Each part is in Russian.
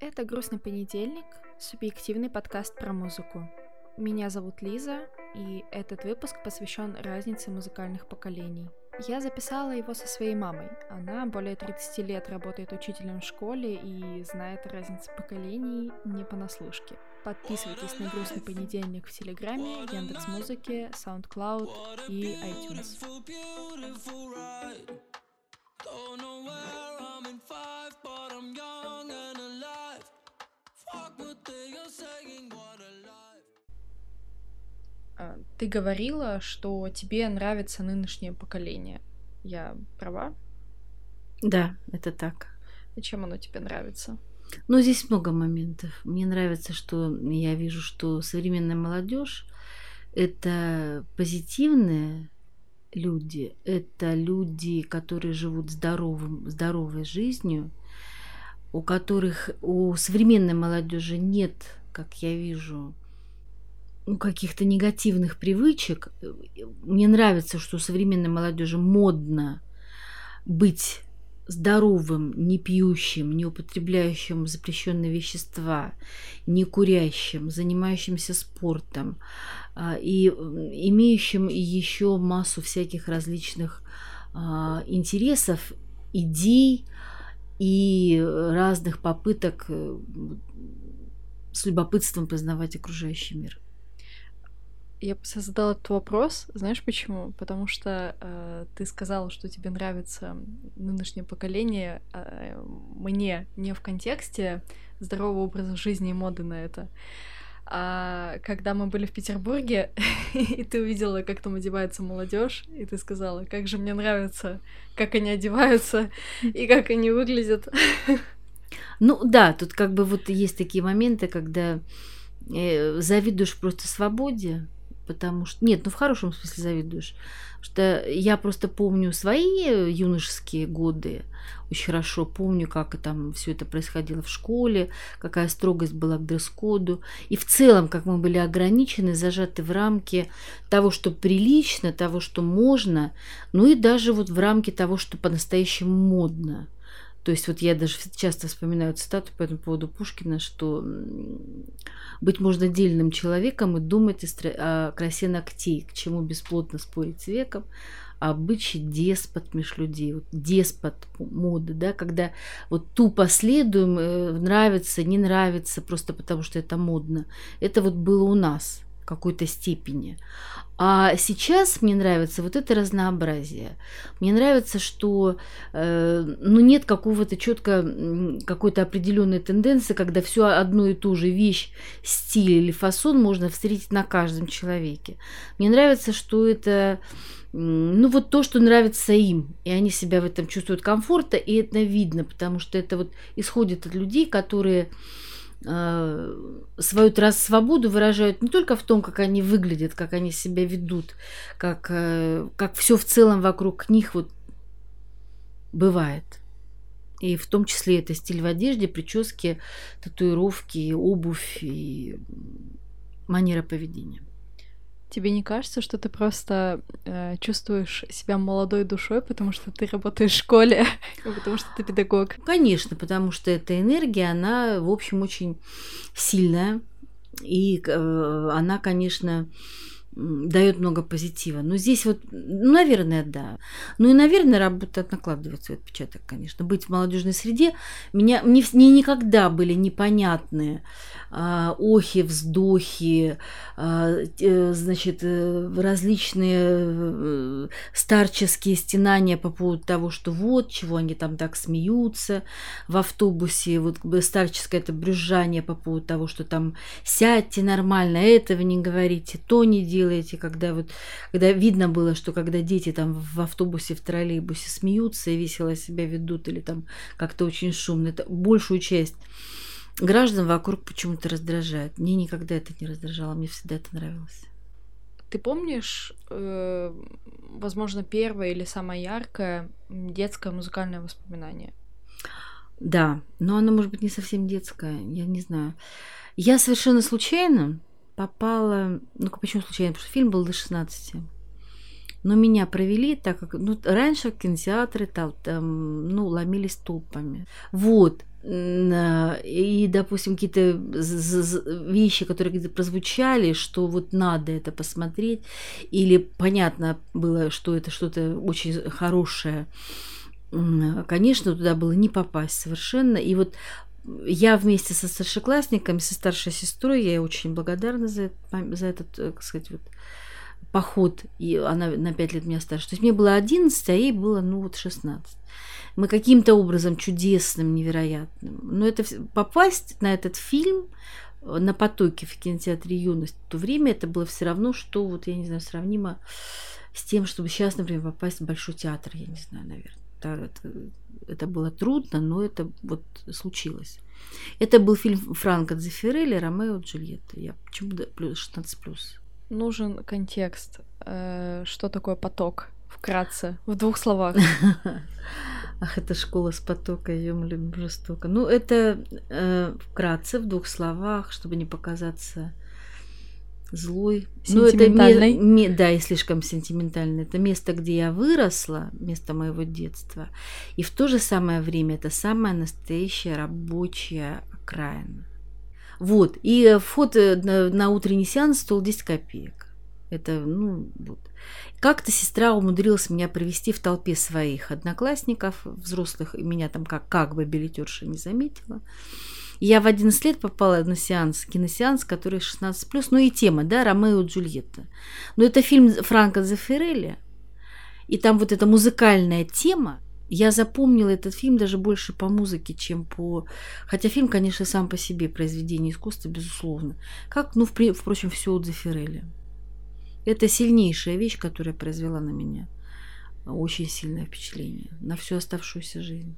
Это «Грустный понедельник», субъективный подкаст про музыку. Меня зовут Лиза, и этот выпуск посвящен разнице музыкальных поколений. Я записала его со своей мамой. Она более 30 лет работает учителем в школе и знает разницу поколений не понаслышке. Подписывайтесь на «Грустный понедельник» в Телеграме, Яндекс.Музыке, SoundCloud и iTunes. Ты говорила, что тебе нравится нынешнее поколение. Я права? Да, это так. И чем оно тебе нравится? Но здесь много моментов. Мне нравится, что я вижу, что современная молодежь – это позитивные люди, это люди, которые живут здоровой жизнью, у которых у современной молодежи нет, как я вижу, каких-то негативных привычек. Мне нравится, что у современной молодежи модно быть здоровым, не пьющим, не употребляющим запрещенные вещества, не курящим, занимающимся спортом и имеющим еще массу всяких различных интересов, идей и разных попыток с любопытством познавать окружающий мир. Я задала этот вопрос, знаешь почему? Потому что ты сказала, что тебе нравится нынешнее поколение, мне не в контексте здорового образа жизни и моды на это. А когда мы были в Петербурге, и ты увидела, как там одевается молодежь, и ты сказала, как же мне нравится, как они одеваются и как они выглядят. Ну да, тут как бы вот есть такие моменты, когда завидуешь просто свободе, потому что... Нет, ну в хорошем смысле завидуешь. Потому что я просто помню свои юношеские годы, очень хорошо помню, как там все это происходило в школе, какая строгость была к дресс-коду. И в целом, как мы были ограничены, зажаты в рамки того, что прилично, того, что можно, ну и даже вот в рамки того, что по-настоящему модно. То есть вот я даже часто вспоминаю цитату по этому поводу Пушкина, что быть можно дельным человеком и думать о красе ногтей, к чему бесплодно спорить с веком, а бычий деспот меж людей, вот деспот моды, да, когда вот тупо следуем, нравится, не нравится, просто потому что это модно. Это вот было у нас в какой-то степени. А сейчас мне нравится вот это разнообразие. Мне нравится, что нет какого-то четко какой-то определенной тенденции, когда всю одну и ту же вещь, стиль или фасон можно встретить на каждом человеке. Мне нравится, что это вот то, что нравится им, и они себя в этом чувствуют комфортно, и это видно, потому что это вот исходит от людей, которые свою свободу выражают не только в том, как они выглядят, как они себя ведут, как все в целом вокруг них вот бывает. И в том числе это стиль в одежде, прически, татуировки, обувь и манера поведения. Тебе не кажется, что ты просто чувствуешь себя молодой душой, потому что ты работаешь в школе, потому что ты педагог? Конечно, потому что эта энергия, она, в общем, очень сильная, и она, конечно, дает много позитива. Но здесь вот, наверное, да. Ну и, наверное, работа накладывает свой отпечаток, конечно. Быть в молодежной среде мне никогда были непонятны охи, вздохи, значит, различные старческие стенания по поводу того, что вот, чего они там так смеются в автобусе, вот старческое это брюзжание по поводу того, что там сядьте нормально, этого не говорите, то не делаете, когда видно было, что когда дети там в автобусе, в троллейбусе смеются и весело себя ведут или там как-то очень шумно, это большую часть граждан вокруг почему-то раздражает. Мне никогда это не раздражало, мне всегда это нравилось. Ты помнишь, возможно, первое или самое яркое детское музыкальное воспоминание? Да, но оно, может быть, не совсем детское, я не знаю. Я совершенно случайно попала... почему случайно? Потому что фильм был до 16. Но меня провели, так как раньше кинотеатры там ломились толпами. Вот. И, допустим, какие-то вещи, которые где-то прозвучали, что вот надо это посмотреть, или понятно было, что это что-то очень хорошее, конечно, туда было не попасть совершенно. И вот я вместе со старшеклассниками, со старшей сестрой, я ей очень благодарна за этот, так сказать, вот, поход, и она на 5 лет меня старше. То есть мне было 11, а ей было, 16. Мы каким-то образом чудесным, невероятным. Но это попасть на этот фильм на потоке в кинотеатре «Юность» в то время, это было все равно, что, вот, я не знаю, сравнимо с тем, чтобы сейчас, например, попасть в Большой театр, я не знаю, наверное. Это было трудно, но это вот случилось. Это был фильм Франко Дзеффирелли «Ромео и Джульетта». Я почему 16+. Нужен контекст. Что такое поток? Вкратце, в 2 словах. Ах, это школа с потока, её мы любим жестоко. Это вкратце, в 2 словах, чтобы не показаться злой. Сентиментальной. Да, и слишком сентиментальной. Это место, где я выросла, место моего детства. И в то же самое время это самая настоящая рабочая окраина. Вот. И вход на утренний сеанс стоил 10 копеек. Это, вот. Как-то сестра умудрилась меня провести в толпе своих одноклассников, взрослых, и меня там как бы билетерша не заметила. И я в 11 лет попала на киносеанс, который 16+, и тема, да, «Ромео и Джульетта». Но это фильм Франко Дзеффирелли, и там вот эта музыкальная тема. Я запомнила этот фильм даже больше по музыке, чем по... Хотя фильм, конечно, сам по себе произведение искусства, безусловно. Как, впрочем, все у Дзеффирелли. Это сильнейшая вещь, которая произвела на меня очень сильное впечатление на всю оставшуюся жизнь.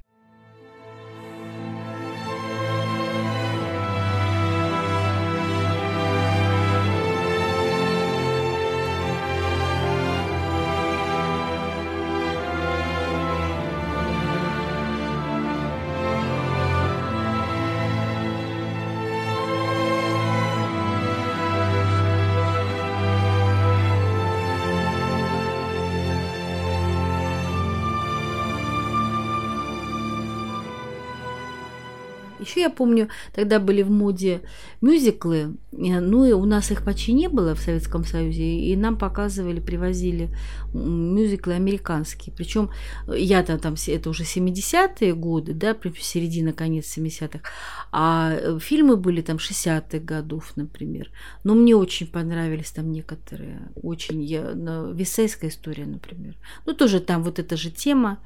Еще я помню, тогда были в моде мюзиклы, и у нас их почти не было в Советском Союзе, и нам показывали, привозили мюзиклы американские. Причем я-то там, это уже 70-е годы, да, середина, конец 70-х, а фильмы были там 60-х годов, например. Но мне очень понравились там некоторые, «Висейская история», например. Тоже там вот эта же тема,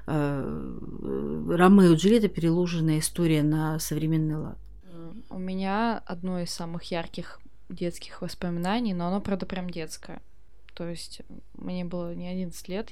«Ромео и Джульетта», переложенная история на современный лад. У меня одно из самых ярких детских воспоминаний, но оно, правда, прям детское. То есть мне было не 11 лет,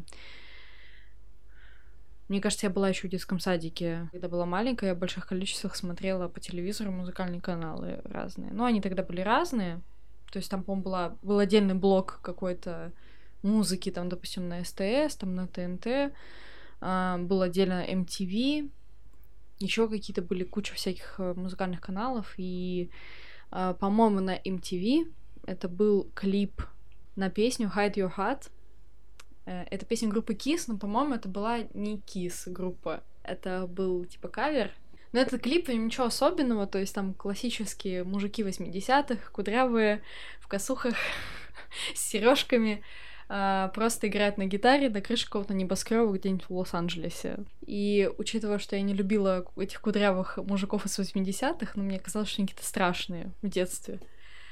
Мне кажется, я была еще в детском садике. Когда была маленькая, я в больших количествах смотрела по телевизору музыкальные каналы разные. Они тогда были разные. То есть там, по-моему, был отдельный блок какой-то музыки, там, допустим, на СТС, там, на ТНТ. Был отдельно MTV, еще какие-то были куча всяких музыкальных каналов, и, по-моему, на MTV это был клип на песню Hide Your Heart. Это песня группы Kiss, но, по-моему, это была не Kiss группа, это был типа кавер. Но этот клип, ничего особенного, то есть там классические мужики 80-х, кудрявые, в косухах, с сережками, просто играет на гитаре на крыше какого-то небоскреба где-нибудь в Лос-Анджелесе. И учитывая, что я не любила этих кудрявых мужиков из 80-х, мне казалось, что они какие-то страшные в детстве.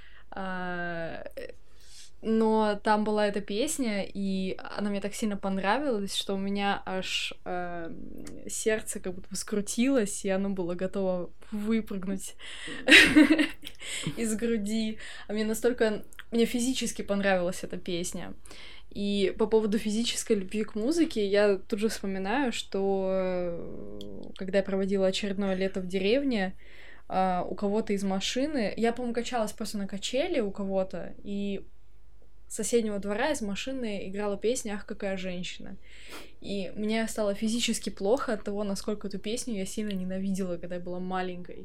Но там была эта песня, и она мне так сильно понравилась, что у меня аж сердце как будто бы скрутилось, и оно было готово выпрыгнуть из груди. Мне физически понравилась эта песня. И по поводу физической любви к музыке я тут же вспоминаю, что когда я проводила очередное лето в деревне, у кого-то из машины... Я, по-моему, качалась просто на качели у кого-то, и с соседнего двора из машины играла песня «Ах, какая женщина». И мне стало физически плохо от того, насколько эту песню я сильно ненавидела, когда я была маленькой.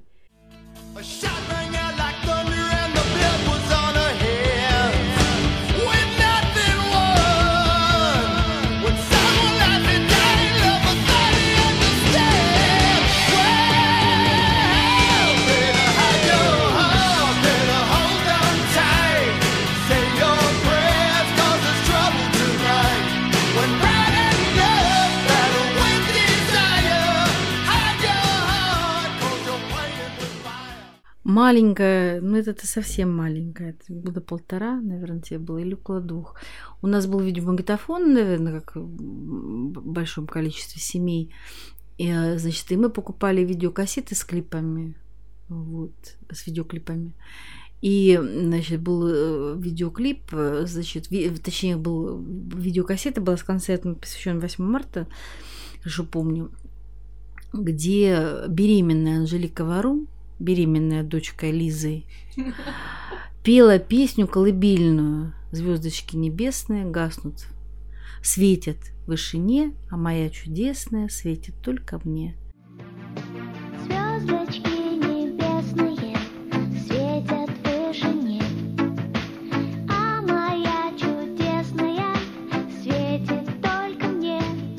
Маленькая, ну это совсем маленькая, это года 1,5, наверное, тебе было, или около 2. У нас был видеомагнитофон, наверное, как в большом количестве семей. И, значит, и мы покупали видеокассеты с клипами, вот, с видеоклипами. И, значит, был видеоклип, значит, точнее, был видеокассета была с концертом, посвященным 8 марта, хорошо помню, где беременная Анжелика Варум, беременная дочка Лизы, пела песню колыбельную «Звездочки небесные гаснут, светят в вышине, а моя чудесная светит только мне». Звездочки небесные светят в вышине, а моя чудесная светит только мне.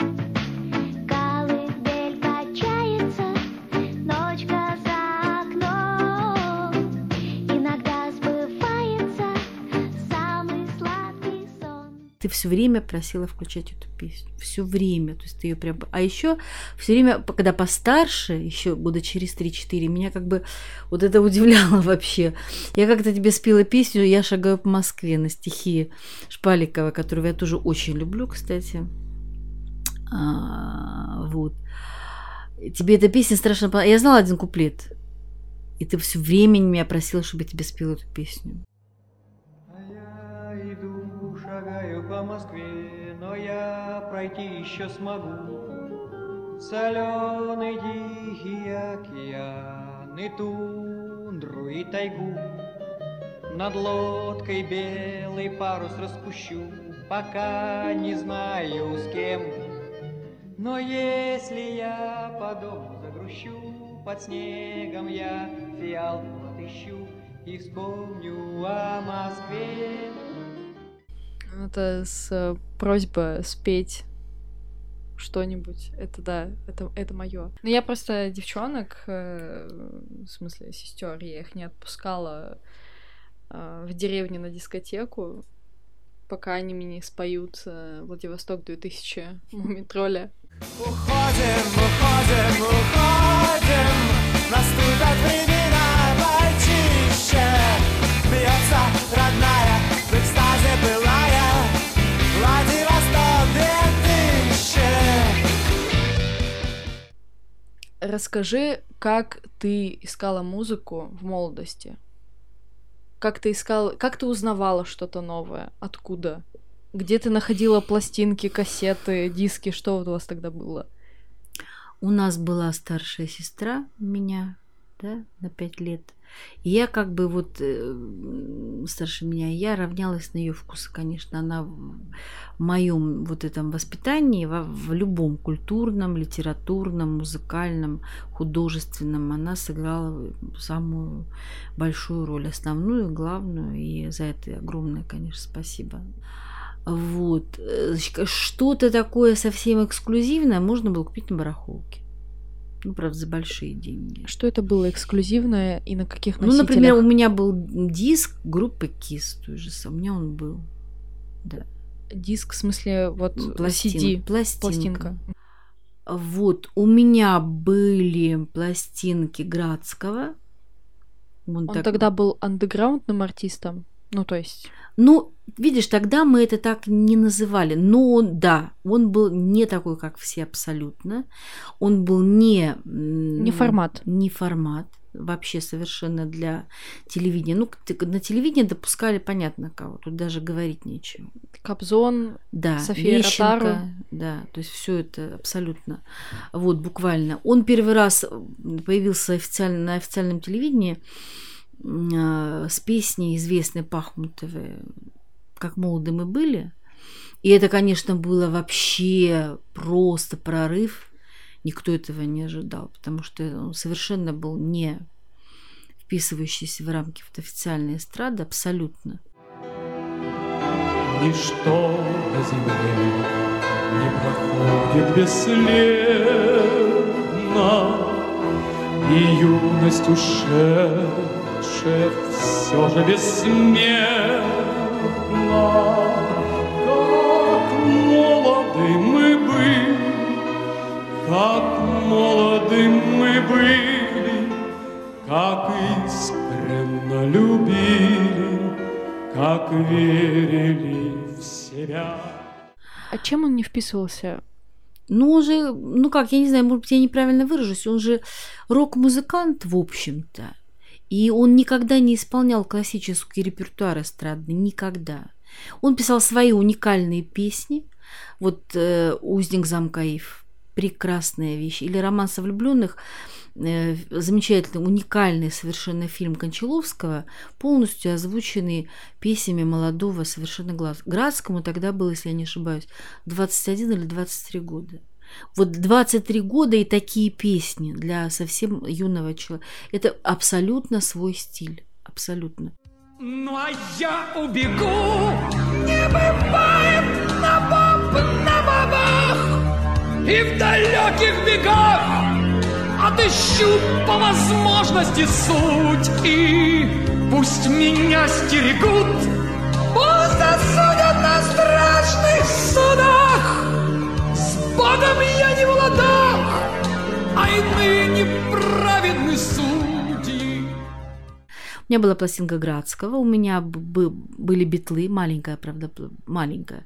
Колыбель качается, ночка за окном, иногда сбывается самый сладкий сон. Ты все время просила включать эту песню. Все время. То есть ты ее прям. А еще все время, когда постарше, еще года через 3-4, меня как бы вот это удивляло вообще. Я как-то тебе спела песню «Я шагаю по Москве» на стихи Шпаликова, которого я тоже очень люблю, кстати. Вот. Тебе эта песня страшно понравилась. Я знала один куплет. И ты все время меня просила, чтобы я тебе спела эту песню. Я иду, шагаю по Москве, но я пройти еще смогу. Соленый тихий океан и тундру и тайгу. Над лодкой белый парус распущу, пока не знаю с кем. Но если я по дому загрущу, под снегом я фиалку отыщу и вспомню о Москве. Это с просьбой спеть что-нибудь. Это да, это мое. Но я просто девчонок, в смысле сестер, я их не отпускала в деревню на дискотеку, пока они мне не споют Владивосток 2000 Мумий-тролля. Уходим, уходим, уходим, наступят времена почище. Бьется родная, в экстазе былая, Владивосток 2000. Расскажи, как ты искала музыку в молодости? Как ты узнавала что-то новое? Откуда? Где ты находила пластинки, кассеты, диски? Что вот у вас тогда было? У нас была старшая сестра у меня, да, на 5 лет. И я как бы вот старше меня, я равнялась на ее вкусы, конечно. Она в моем вот этом воспитании, в любом культурном, литературном, музыкальном, художественном, она сыграла самую большую роль, основную, главную. И за это огромное, конечно, спасибо. Вот. Что-то такое совсем эксклюзивное можно было купить на барахолке. Ну, правда, за большие деньги. Что это было эксклюзивное и на каких носителях? Ну, например, у меня был диск группы Kiss, той же самой. У меня он был. Да. Диск, в смысле, вот CD. Пластинка. Вот, у меня были пластинки Градского. Он тогда был андеграундным артистом? Ну, то есть... Ну, видишь, тогда мы это так не называли. Но он, да, он был не такой, как все абсолютно. Он был не формат. Не формат. Вообще совершенно для телевидения. Ну, на телевидении допускали, понятно, кого. Тут даже говорить нечего. Кобзон, да, София Лещенко, Ротару. да, то есть все это абсолютно. Вот, буквально. Он первый раз появился на официальном телевидении с песней известной Пахмутовой «Как молоды мы были». И это, конечно, было вообще просто прорыв. Никто этого не ожидал, потому что он совершенно был не вписывающийся в рамки официальной эстрады абсолютно. Ничто на земле не проходит бесследно, и юность ушедшая все же бессмертна. Как молоды мы были, как молоды мы были, как искры любили, как верили в себя. А чем он не вписывался? Ну, он же, ну как, я не знаю, может быть, я неправильно выражусь, он же рок-музыкант, в общем-то. И он никогда не исполнял классический репертуар эстрадный, никогда. Он писал свои уникальные песни. Вот «Узник замка Иф» – прекрасная вещь. Или «Романс о влюбленных» – замечательный, уникальный совершенно фильм Кончаловского, полностью озвученный песнями молодого совершенно Градскому. Тогда было, если я не ошибаюсь, 21 или 23 года. Вот 23 года и такие песни для совсем юного человека. Это абсолютно свой стиль. Абсолютно. Ну а я убегу, не бывает на баб, на бабах, и в далеких бегах отыщу по возможности суть, и пусть меня стерегут, пусть осудят на страшных судах. С Богом я не в ладах, а иные неправедны судьи. У меня была пластинка Градского, у меня были битлы, маленькая, правда, маленькая.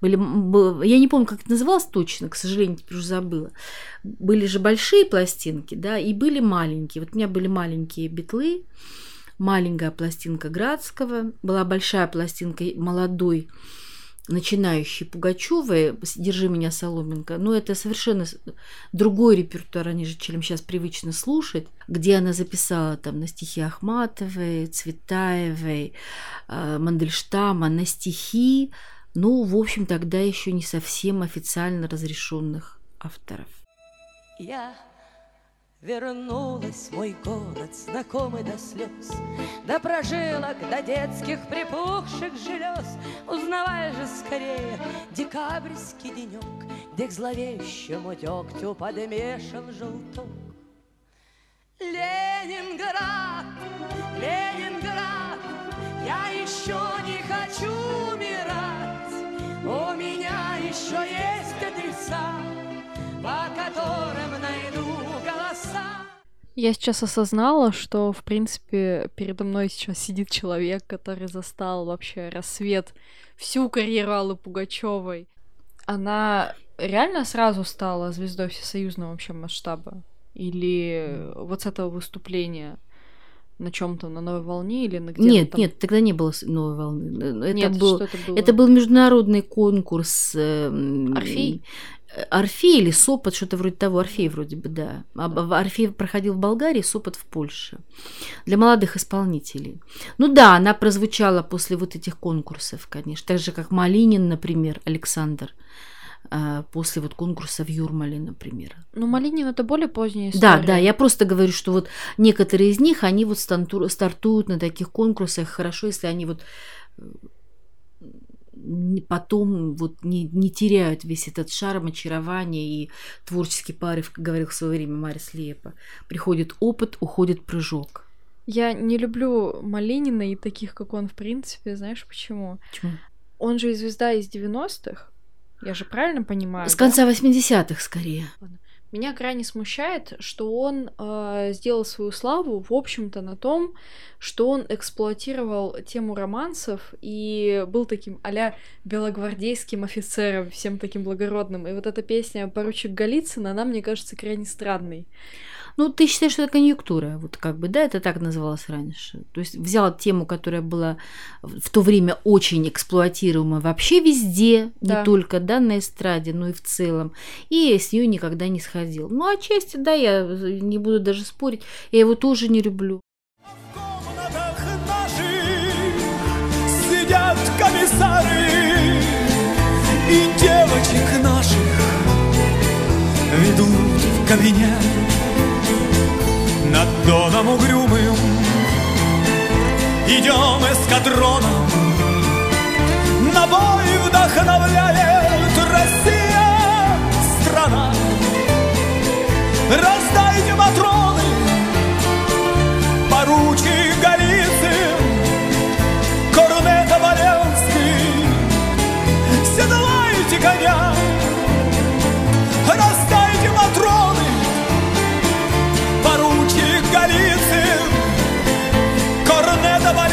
Я не помню, как это называлось точно, к сожалению, теперь уже забыла. Были же большие пластинки, да, и были маленькие. Вот у меня были маленькие битлы, маленькая пластинка Градского, была большая пластинка молодой, начинающей Пугачёвой «Держи меня, Соломенко». Но это совершенно другой репертуар, чем сейчас привычно слушать, где она записала там на стихи Ахматовой, Цветаевой, Мандельштама, на стихи, ну, в общем, тогда еще не совсем официально разрешенных авторов. Я вернулась в мой город, знакомый до слез, до прожилок, до детских припухших желез. Узнавай же скорее декабрьский денек, где к зловещему дегтю подмешан желток. Ленинград, Ленинград, я еще не хочу умирать. У меня еще есть адреса, по которым найду голоса. Я сейчас осознала, что, в принципе, передо мной сейчас сидит человек, который застал вообще рассвет, всю карьеру Аллы Пугачёвой. Она реально сразу стала звездой всесоюзного вообще масштаба? Или вот с этого выступления на чем-то, на «Новой волне» или на где-то там? Нет, тогда не было «Новой волны». Это было? Было? Это был международный конкурс. «Орфей»? «Орфей» или «Сопот», что-то вроде того. «Орфей» вроде бы, да. «Орфей» проходил в Болгарии, «Сопот» в Польше. Для молодых исполнителей. Ну да, она прозвучала после вот этих конкурсов, конечно. Так же, как Малинин, например, Александр. После вот конкурса в Юрмале, например. Ну, Малинин — это более поздняя история. Да, я просто говорю, что вот некоторые из них, они вот стартуют на таких конкурсах. Хорошо, если они вот потом вот не теряют весь этот шарм, очарование и творческий порыв, как говорил в свое время Марис Лиепа. Приходит опыт, уходит прыжок. Я не люблю Малинина и таких, как он, в принципе. Знаешь почему? Почему? Он же звезда из 90-х. Я же правильно понимаю? С конца 80-х, скорее. Меня крайне смущает, что он сделал свою славу, в общем-то, на том, что он эксплуатировал тему романсов и был таким а-ля белогвардейским офицером, всем таким благородным. И вот эта песня «Поручик Голицын», она, мне кажется, крайне странной. Ну, ты считаешь, что это конъюнктура, вот как бы, да, это так называлось раньше. То есть взял тему, которая была в то время очень эксплуатируема вообще везде, да. Не только, да, на эстраде, но и в целом, и с нее никогда не сходил. Ну, отчасти, да, я не буду даже спорить, я его тоже не люблю. В комнатах наших сидят комиссары, и девочек наших ведут в кабинет. Над Доном угрюмым идем эскадроном, на бой вдохновляет Россия, страна. Раздайте патроны, поручик Голицын, корнет Оболенский, седлайте коня. Раздайте патроны, поручик Голицын, корнет Оболенский.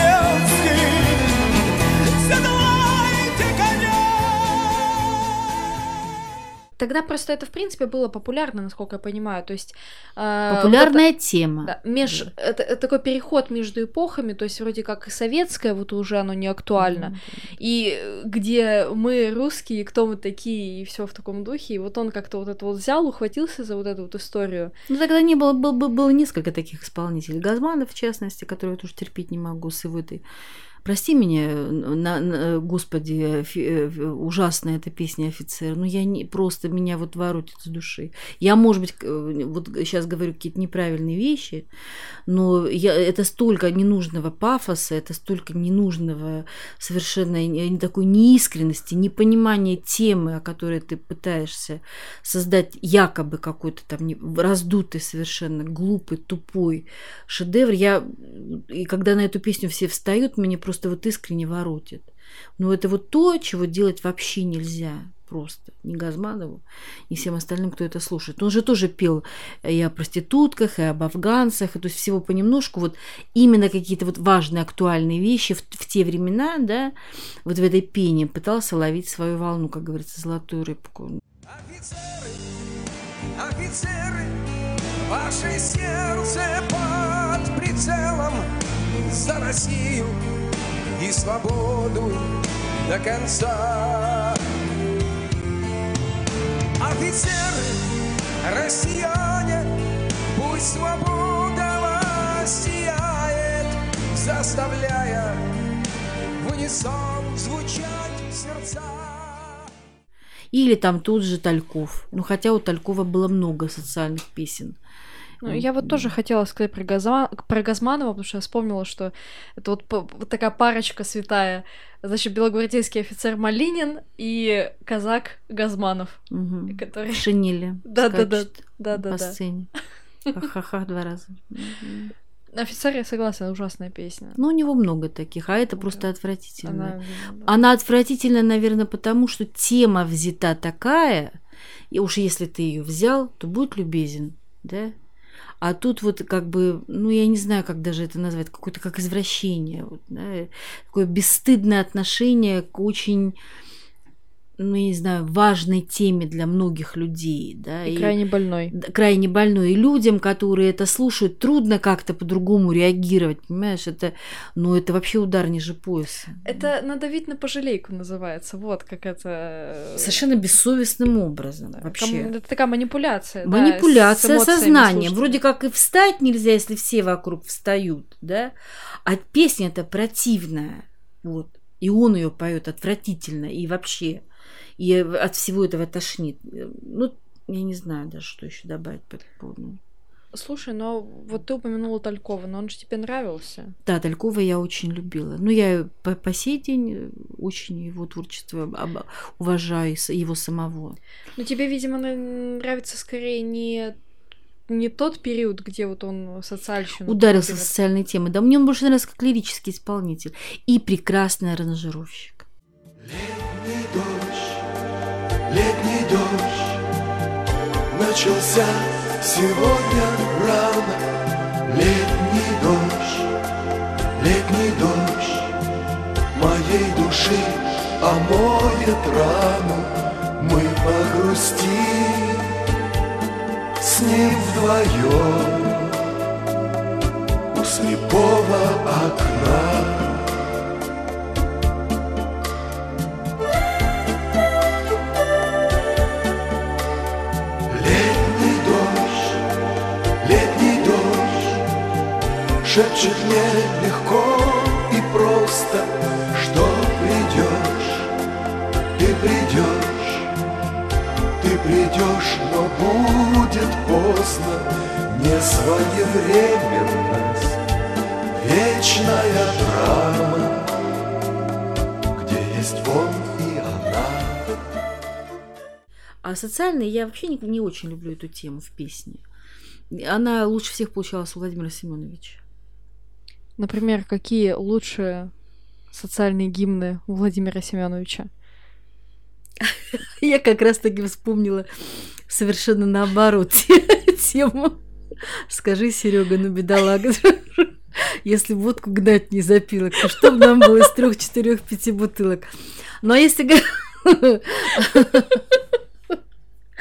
Тогда просто это, в принципе, было популярно, насколько я понимаю. То есть Популярная тема. Да, это такой переход между эпохами, то есть вроде как и советское, вот уже оно не актуально, и где мы русские, кто мы такие, и все в таком духе, и вот он как-то вот это вот взял, ухватился за вот эту вот историю. Ну, тогда не было несколько таких исполнителей. Газманов, в частности, которого я тоже терпеть не могу с его этой... Прости меня, Господи, ужасная эта песня «Офицер». Ну, просто меня вот воротит с души. Я, может быть, вот сейчас говорю какие-то неправильные вещи, но это столько ненужного пафоса, это столько ненужного совершенно такой неискренности, непонимания темы, о которой ты пытаешься создать якобы какой-то там раздутый, совершенно глупый, тупой шедевр. И когда на эту песню все встают, меня просто вот искренне воротит. Но это вот то, чего делать вообще нельзя. Просто. Ни Газманову, ни всем остальным, кто это слушает. Он же тоже пел и о проститутках, и об афганцах, и то есть всего понемножку. Вот именно какие-то вот важные, актуальные вещи в те времена, да, вот в этой пене пытался ловить свою волну, как говорится, золотую рыбку. Офицеры, ваше сердце под прицелом за Россию и свободу до конца. Офицеры, россияне, пусть свобода вас сияет, заставляя в унисон звучать сердца. Или там тут же Тальков. Ну, хотя у Талькова было много социальных песен. Ну, я вот тоже хотела сказать про Газманова, потому что я вспомнила, что это вот такая парочка святая. Значит, белогвардейский офицер Малинин и казак Газманов. Который... В шинели. Да. По сцене. Ха-ха-ха 2 раза. Офицер, я согласна, ужасная песня. Ну, у него много таких, а это просто отвратительно. Она отвратительна, наверное, потому что тема взята такая, и уж если ты ее взял, то будь любезен, да? А тут вот как бы, ну, я не знаю, как даже это назвать, какое-то как извращение, вот, да? Такое бесстыдное отношение к очень, ну, я не знаю, важной теме для многих людей. Да? И крайне больной. Крайне больной. И людям, которые это слушают, трудно как-то по-другому реагировать, понимаешь? Это вообще удар ниже пояса. Это надавить на пожалейку называется. Вот как это... Совершенно бессовестным образом вообще. Это такая манипуляция. Манипуляция сознанием. слушателя. Вроде как и встать нельзя, если все вокруг встают, да? А песня-то противная. Вот. И он ее поет отвратительно. И вообще... И от всего этого тошнит. Ну, я не знаю даже, что еще добавить по этому поводу. Слушай, но вот ты упомянула Талькова, но он же тебе нравился. Да, Талькова я очень любила. Ну, я по сей день очень его творчество уважаю, его самого. Но тебе, видимо, нравится скорее не тот период, где вот он социальщину... Ударился в социальные темы. Да, мне он больше нравится как лирический исполнитель. И прекрасный аранжировщик. Летний дождь начался сегодня рано. Летний дождь моей души омоет рану. Мы погрустим с ним вдвоем у слепого окна. Шепчет мне легко и просто, что ты придешь, но будет поздно. Несвоевременность, вечная драма, где есть он и она. А социальные я вообще не очень люблю эту тему в песне. Она лучше всех получалась у Владимира Семеновича. Например, какие лучшие социальные гимны у Владимира Семеновича? Я как раз-таки вспомнила совершенно наоборот тему. Скажи, Серега, ну бедолага, если водку гнать не запилок, то что бы нам было из 3, 4, 5 бутылок? Ну а если...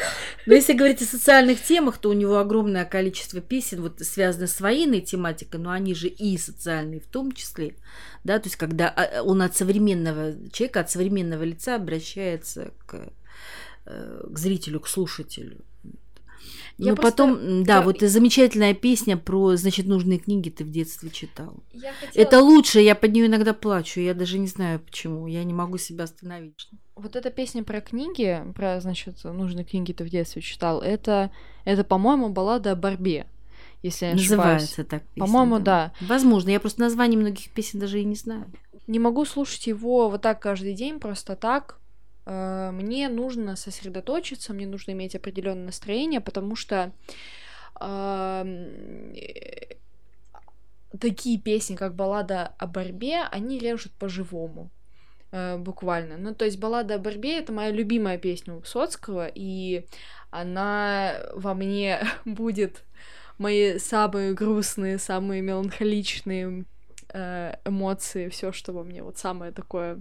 Но если говорить о социальных темах, то у него огромное количество песен, вот связано с военной тематикой, но они же и социальные в том числе, да, то есть когда он от современного человека, от современного лица обращается к зрителю, к слушателю. Я Но просто- потом, да, я- вот и замечательная песня про, значит, нужные книги ты в детстве читал. Я хотела- Это лучше, я под нее иногда плачу, я даже не знаю почему, я не могу себя остановить. Вот эта песня про книги, про, значит, нужные книги ты в детстве читал, это по-моему, баллада о борьбе, если я не ошибаюсь. Называется так песня. По-моему, да. Возможно, я просто названий многих песен даже и не знаю. Не могу слушать его вот так каждый день, просто так. Мне нужно сосредоточиться, мне нужно иметь определенное настроение, потому что такие песни, как баллада о борьбе, они режут по-живому. Буквально. Ну, то есть баллада о борьбе — это моя любимая песня у Высоцкого, и она во мне будет мои самые грустные, самые меланхоличные эмоции, все, что во мне, вот самое такое.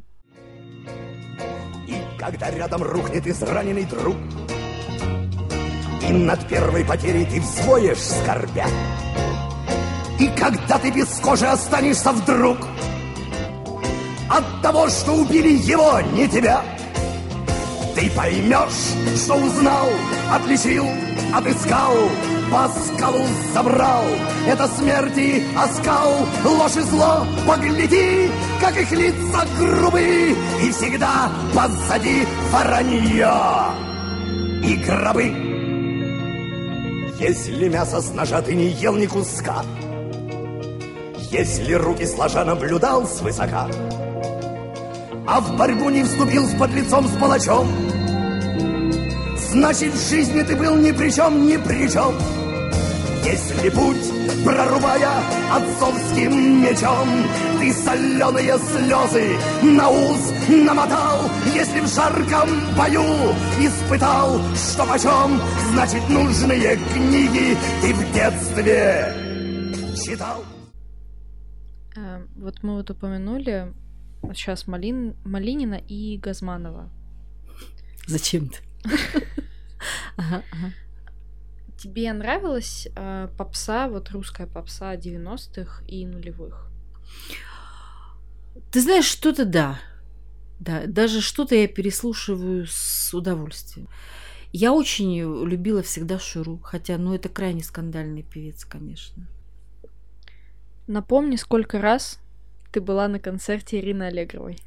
И когда рядом рухнет израненный друг, и над первой потерей ты взвоешь, скорбя, и когда ты без кожи останешься вдруг от того, что убили его, не тебя, ты поймешь, что узнал, отличил, отыскал, по скалу забрал. Это смерти оскал, ложь и зло, погляди, как их лица грубые, и всегда позади воронье и гробы. Если мясо с ножа ты не ел ни куска, если руки сложа наблюдал свысока, а в борьбу не вступил с подлецом, с палачом, значит, в жизни ты был ни при чем, ни при чем. Если путь, прорубая отцовским мечом, ты соленые слезы на ус намотал, если в жарком бою испытал, что почем, значит, нужные книги ты в детстве читал. Вот мы вот упомянули сейчас Малинина и Газманова. Зачем-то. Ага, ага. Тебе нравилась попса, вот русская попса 90-х и нулевых? Ты знаешь, что-то да. Да, даже что-то я переслушиваю с удовольствием. Я очень любила всегда Шуру, хотя, ну, это крайне скандальный певец, конечно. Напомни, сколько раз ты была на концерте Ирины Аллегровой.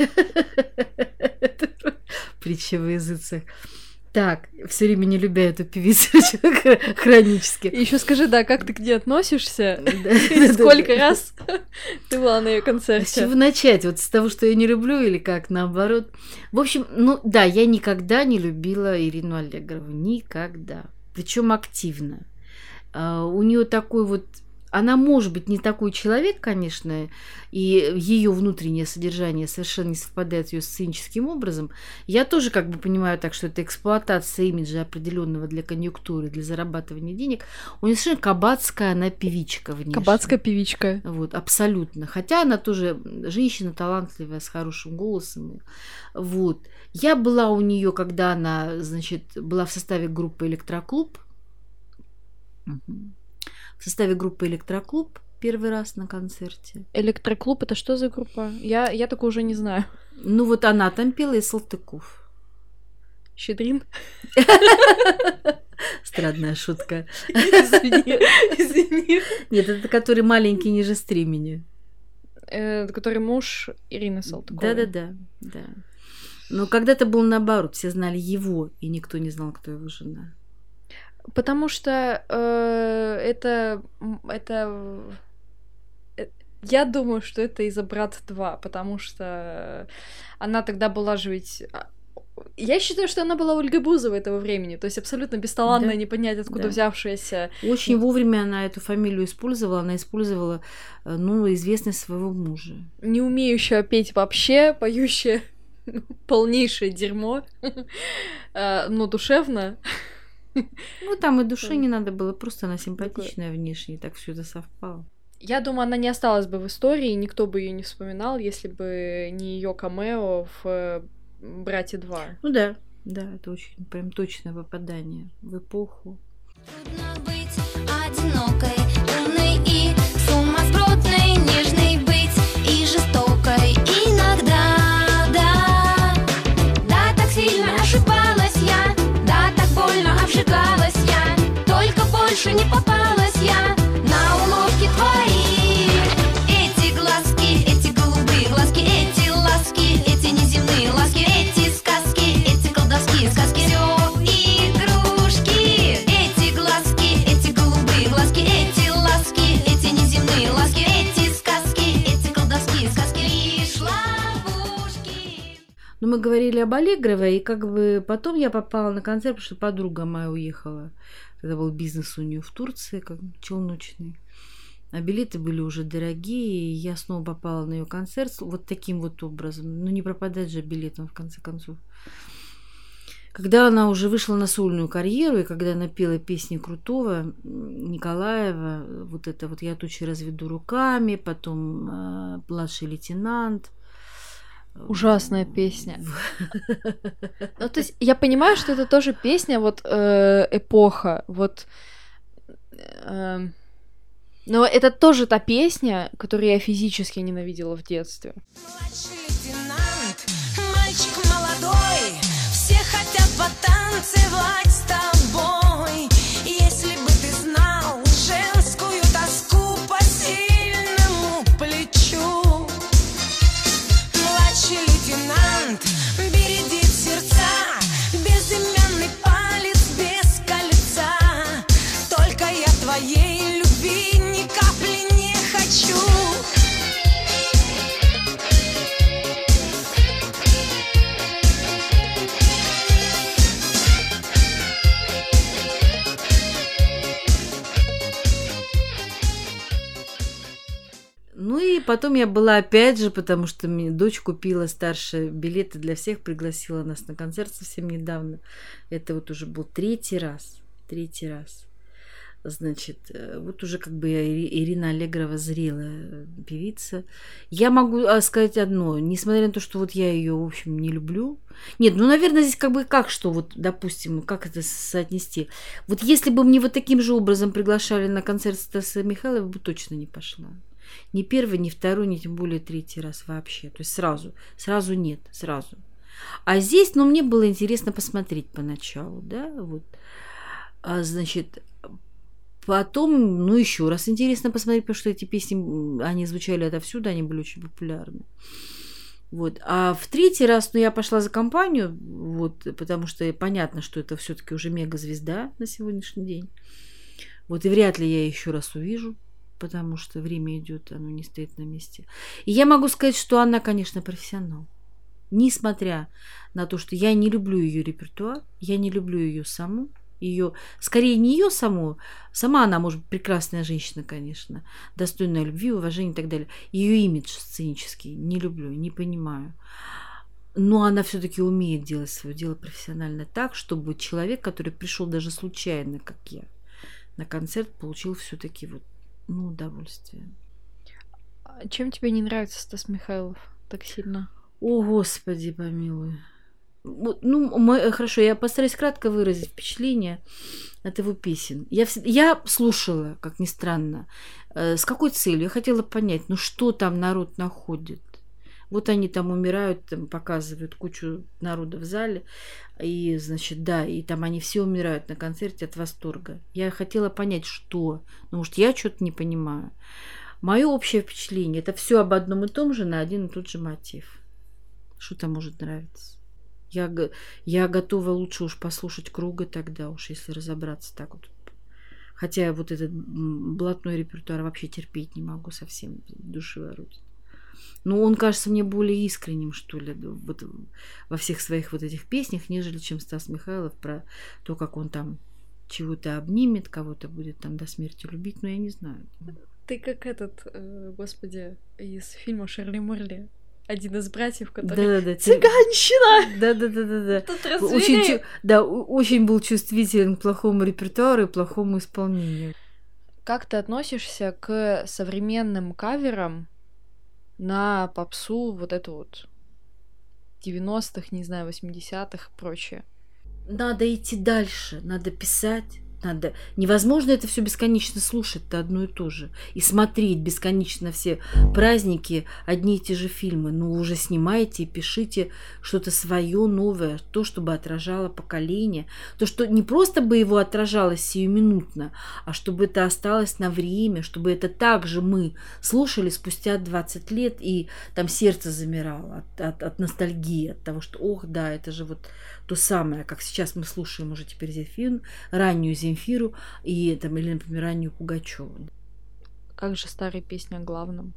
Притча во языцах. Так, все время не любя эту певицу хронически. Еще скажи, да, как ты к ней относишься? Сколько раз ты была на ее С концерте? чего начать? Вот с того, что я не люблю, или как, наоборот? В общем, ну да, я никогда не любила Ирину Аллегрову. Никогда. Причем активно. У нее такой вот... Она может быть не такой человек, конечно, и ее внутреннее содержание совершенно не совпадает с ее сценическим образом. Я тоже как бы понимаю так, что это эксплуатация имиджа определенного для конъюнктуры, для зарабатывания денег. У нее совершенно кабацкая, она певичка внешне. Кабацкая певичка. Вот, абсолютно. Хотя она тоже женщина талантливая, с хорошим голосом. Вот. Я была у нее, когда она, значит, была в составе группы «Электроклуб». В составе группы «Электроклуб» первый раз на концерте. Электроклуб — это что за группа? Я такого уже не знаю. Ну вот она там пела, и Салтыков. Щедрин? Странная шутка. Извини. Нет, это который маленький ниже стремени. Который муж Ирины Салтыковой. Да. Но когда-то был наоборот, все знали его, и никто не знал, кто его жена. Потому что это... Я думаю, что это из-за «Брат 2», потому что она тогда была же ведь... Я считаю, что она была Ольгой Бузовой этого времени, то есть абсолютно бесталанная, Да. не понять откуда Да. взявшаяся. Очень вовремя она эту фамилию использовала. Она использовала, ну, известность своего мужа. Не умеющая петь вообще, поющая полнейшее дерьмо, но душевно. Ну, там и души не надо было, просто она симпатичная внешне, и так все это совпало. Я думаю, она не осталась бы в истории, никто бы ее не вспоминал, если бы не ее камео в «Брате 2». Ну да, Да, это очень прям точное попадание в эпоху. Трудно быть одинокой, умной и сумасбродной, нежной быть и жестокой иногда, да. Да, так сильно ошибалась я, да, так больно обжигалась я, только больше не попалась я на уловки твои. Эти глазки, эти голубые глазки, эти ласки, эти неземные ласки, эти сказки, эти колдовские сказки, всё игрушки. Эти глазки, эти голубые глазки, эти ласки, эти неземные ласки, эти сказки, эти колдовские сказки, лишь ловушки. Ну, мы говорили об Аллегровой, и как бы потом я попала на концерт, потому что подруга моя уехала. Тогда был бизнес у нее в Турции, как челночный. А билеты были уже дорогие, и я снова попала на ее концерт вот таким вот образом. Ну, не пропадать же билетом, в конце концов. Когда она уже вышла на сольную карьеру, и когда она пела песни Крутого, Николаева, вот это вот «Я тучи разведу руками», потом «Младший лейтенант». Ужасная песня. Ну, то есть я понимаю, что это тоже песня, вот эпоха, вот. Но это тоже та песня, которую я физически ненавидела в детстве. Младший лейтенант, мальчик молодой, все хотят потанцевать с тобой. Если бы ты знал женскую тоску по сильному плечу. Младший лейтенант бередит сердца, безымянный палец без кольца. Только я твоей любви ни капли не хочу. Ну и потом я была опять же, потому что мне дочь купила старшие билеты для всех, пригласила нас на концерт совсем недавно. Это вот уже был третий раз. Значит, вот уже как бы Ирина Аллегрова зрелая певица. Я могу сказать одно, несмотря на то, что вот я ее, в общем, не люблю. Нет, ну, наверное, здесь как бы как что, вот, допустим, как это соотнести. Вот если бы мне вот таким же образом приглашали на концерт Стаса Михайлова, бы точно не пошла. Ни первый, ни второй, ни тем более третий раз вообще. То есть сразу нет, сразу. А здесь, ну, мне было интересно посмотреть поначалу, да, вот. Значит, потом, ну, еще раз интересно посмотреть, потому что эти песни, они звучали отовсюду, они были очень популярны. Вот. А в третий раз, ну, я пошла за компанию, вот, потому что понятно, что это все-таки уже мегазвезда на сегодняшний день. Вот, и вряд ли я еще раз увижу, потому что время идет, оно не стоит на месте. И я могу сказать, что она, конечно, профессионал. Несмотря на то, что я не люблю ее репертуар, я не люблю ее саму, ее, скорее не ее саму, сама она может быть прекрасная женщина, конечно, достойная любви, уважения и так далее. Ее имидж сценический не люблю, не понимаю. Но она все-таки умеет делать свое дело профессионально так, чтобы человек, который пришел даже случайно, как я, на концерт, получил все-таки вот, ну, удовольствие. А чем тебе не нравится Стас Михайлов так сильно? О, Господи, помилуй. Ну, хорошо, я постараюсь кратко выразить впечатление от его песен. Я слушала, как ни странно, с какой целью? Я хотела понять, ну что там народ находит? Вот они там умирают, там показывают кучу народа в зале, и, значит, да, и там они все умирают на концерте от восторга. Я хотела понять, что, ну, может, я что-то не понимаю. Мое общее впечатление, это все об одном и том же, на один и тот же мотив. Что там может нравиться? Я готова лучше уж послушать Круга тогда уж, если разобраться так вот. Хотя вот этот блатной репертуар вообще терпеть не могу совсем, души воротит. Но он кажется мне более искренним, что ли, вот во всех своих вот этих песнях, нежели чем Стас Михайлов про то, как он там чего-то обнимет, кого-то будет там до смерти любить, но я не знаю. Ты как этот, господи, из фильма «Шерли Морли». Один из братьев, который... Да-да-да. Цыганщина! Да-да-да-да-да. Тут разверей. Очень был чувствителен к плохому репертуару и плохому исполнению. Как ты относишься к современным каверам на попсу, вот эту вот 90-х, не знаю, 80-х и прочее? надо идти дальше, надо писать. Надо. Невозможно это все бесконечно слушать, это одно и то же. И смотреть бесконечно все праздники, одни и те же фильмы. Ну, уже снимайте и пишите что-то свое, новое, то, чтобы отражало поколение. То, что не просто бы его отражалось сиюминутно, а чтобы это осталось на время, чтобы это также мы слушали спустя 20 лет, и там сердце замирало от ностальгии, от того, что, ох, да, это же вот то самое, как сейчас мы слушаем уже теперь Земфиру, раннюю Земфиру и там, или, например, раннюю Пугачеву. Как же старые песни о главном?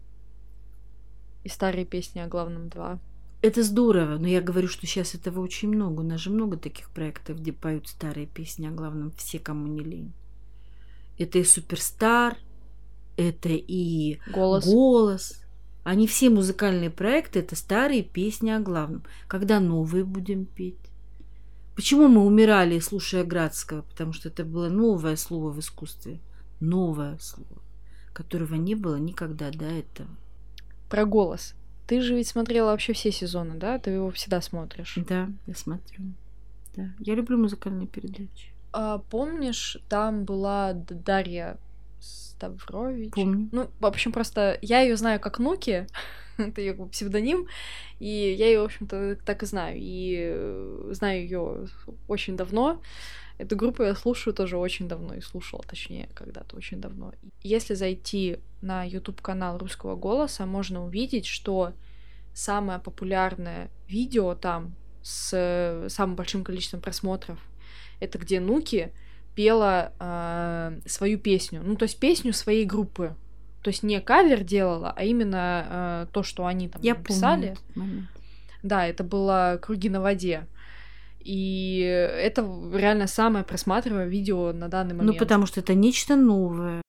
И старые песни о главном 2. Это здорово, но я говорю, что сейчас этого очень много. У нас же много таких проектов, где поют старые песни о главном все, кому не лень. Это и Суперстар, это и Голос. Они все музыкальные проекты, это старые песни о главном. Когда новые будем петь? Почему мы умирали, слушая Градского? Потому что это было новое слово в искусстве. Новое слово, которого не было никогда до этого. Про «Голос». Ты же ведь смотрела вообще все сезоны, да? Ты его всегда смотришь. Да, я смотрю. Да. Я люблю музыкальные передачи. А помнишь, там была Дарья Ставрович? Помню. Ну, в общем, просто я ее знаю как Нуки, это ее псевдоним, и я ее, в общем-то, так и знаю. И знаю ее очень давно. Эту группу я слушаю тоже очень давно, и слушала, точнее, когда-то очень давно. Если зайти на YouTube-канал Русского голоса, можно увидеть, что самое популярное видео там с самым большим количеством просмотров — это где Нуки пела свою песню. Ну, то есть песню своей группы. То есть не кавер делала, а именно то, что они там написали. Да, это было «Круги на воде». И это реально самое просматриваемое видео на данный момент. Ну, потому что это нечто новое.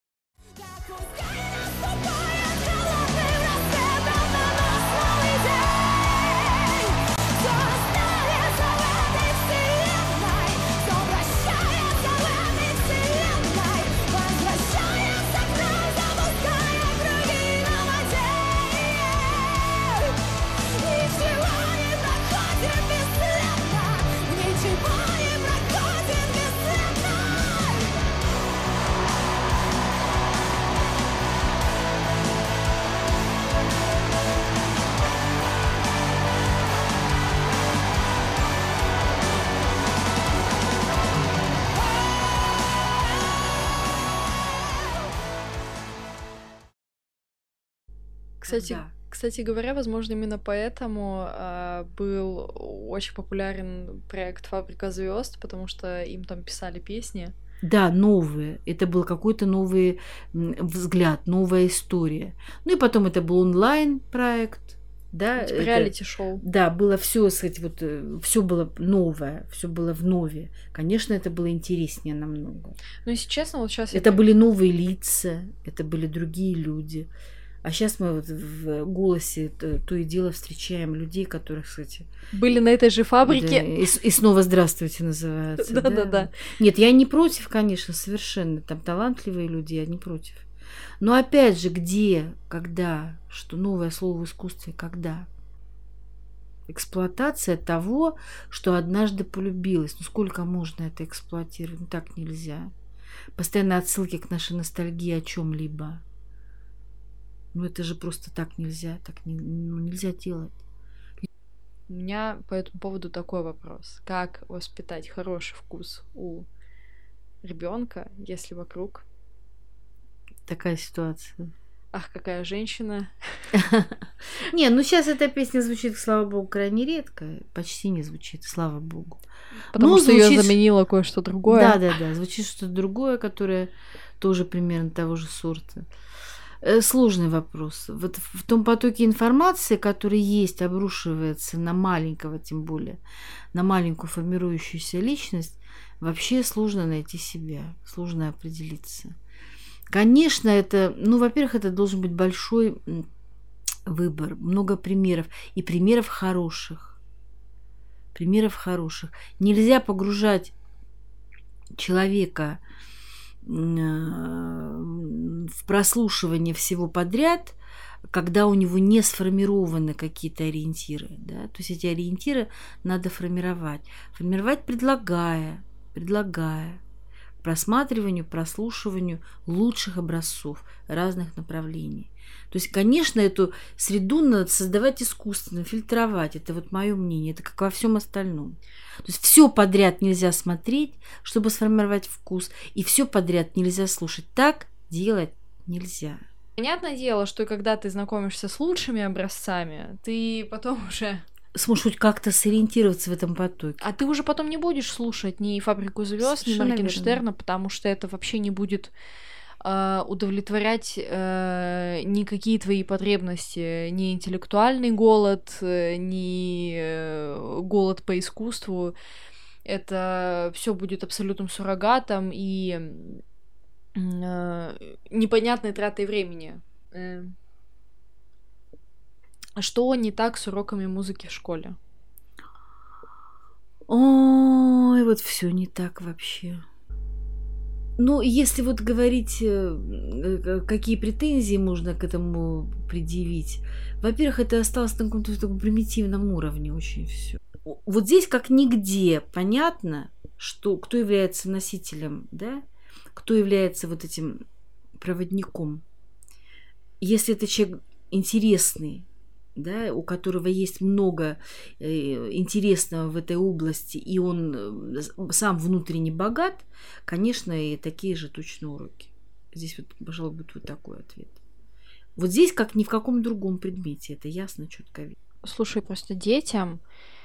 Кстати говоря, возможно, именно поэтому был очень популярен проект «Фабрика звезд», потому что им там писали песни. Да, новые. Это был какой-то новый взгляд, новая история. Ну и потом это был онлайн-проект. Да, типа реалити-шоу. Да, было все, сказать, вот все было новое, все было в нове. Конечно, это было интереснее намного. Ну, если честно, вот сейчас это были новые лица, это были другие люди. А сейчас мы вот в «Голосе» то и дело встречаем людей, которых, кстати... Были на этой же фабрике. Да, и снова «Здравствуйте» называется. Да. Нет, я не против, конечно, совершенно. Там талантливые люди, я не против. Но опять же, где, когда, что новое слово в искусстве, когда? Эксплуатация того, что однажды полюбилось. Ну сколько можно это эксплуатировать? Ну так нельзя. Постоянно отсылки к нашей ностальгии о чем-либо. Ну это же просто так нельзя, нельзя делать. У меня по этому поводу такой вопрос. Как воспитать хороший вкус у ребенка, если вокруг такая ситуация? Ах, какая женщина. Не, ну сейчас эта песня звучит, слава богу, крайне редко. Почти не звучит, слава богу. Потому что ее заменило кое-что другое. Да, звучит что-то другое, которое тоже примерно того же сорта. Сложный вопрос. Вот в том потоке информации, который есть, обрушивается на маленького, тем более, на маленькую формирующуюся личность, вообще сложно найти себя, сложно определиться. Конечно, это, ну, во-первых, это должен быть большой выбор, много примеров, и примеров хороших. Нельзя погружать человека в прослушивание всего подряд, когда у него не сформированы какие-то ориентиры, да, то есть эти ориентиры надо формировать. Формировать предлагая к просматриванию, прослушиванию лучших образцов разных направлений. То есть, конечно, эту среду надо создавать искусственно, фильтровать. Это вот мое мнение. Это как во всем остальном. То есть все подряд нельзя смотреть, чтобы сформировать вкус, и все подряд нельзя слушать. Так делать нельзя. Понятное дело, что когда ты знакомишься с лучшими образцами, ты потом уже... Сможешь хоть как-то сориентироваться в этом потоке. А ты уже потом не будешь слушать ни «Фабрику звезд», ни Моргенштерна, потому что это вообще не будет удовлетворять никакие твои потребности, ни интеллектуальный голод, ни голод по искусству. Это все будет абсолютным суррогатом и непонятной тратой времени. Что не так с уроками музыки в школе? Ой, вот все не так вообще. Ну, если вот говорить, какие претензии можно к этому предъявить, во-первых, это осталось на каком-то таком примитивном уровне очень все. Вот здесь как нигде понятно, что кто является носителем, да, кто является вот этим проводником. Если это человек интересный, да, у которого есть много интересного в этой области, и он сам внутренне богат, конечно, и такие же точно уроки. Здесь вот, пожалуй, будет вот такой ответ. Вот здесь, как ни в каком другом предмете, это ясно, четко видно. Слушай, просто детям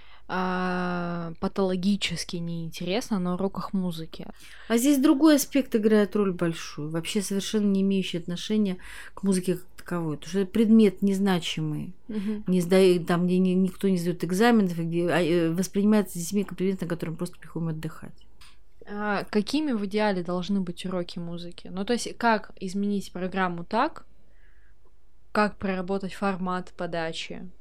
патологически неинтересно на уроках музыки. А здесь другой аспект играет роль большую, вообще совершенно не имеющий отношения к музыке как таковой. Потому что это предмет незначимый, там, где никто не сдает экзаменов, где воспринимается детьми как предмет, на котором просто приходим отдыхать. Какими в идеале должны быть уроки музыки? Ну, то есть, как изменить программу так, как проработать формат подачи?